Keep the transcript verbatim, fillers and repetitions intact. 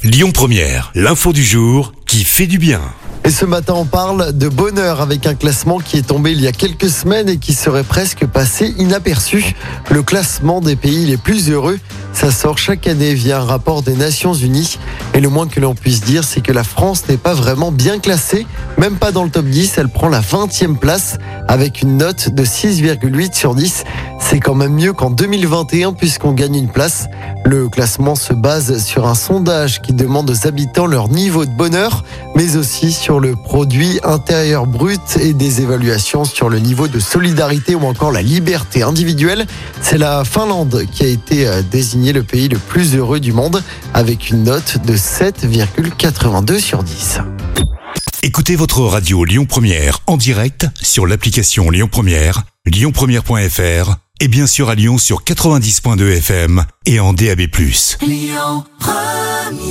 Lyon Première, l'info du jour qui fait du bien. Et ce matin, on parle de bonheur avec un classement qui est tombé il y a quelques semaines et qui serait presque passé inaperçu. Le classement des pays les plus heureux, ça sort chaque année via un rapport des Nations Unies. Et le moins que l'on puisse dire, c'est que la France n'est pas vraiment bien classée, même pas dans le top dix. Elle prend la vingtième place avec une note de six virgule huit sur dix. C'est quand même mieux qu'en deux mille vingt et un puisqu'on gagne une place. Le classement se base sur un sondage qui demande aux habitants leur niveau de bonheur, mais aussi sur le produit intérieur brut et des évaluations sur le niveau de solidarité ou encore la liberté individuelle. C'est la Finlande qui a été désigné le pays le plus heureux du monde avec une note de sept virgule quatre-vingt-deux sur dix. Écoutez votre radio Lyon Première en direct sur l'application Lyon Première, lyon première point f r et bien sûr à Lyon sur quatre-vingt-dix virgule deux F M et en D A B plus. Lyon Première.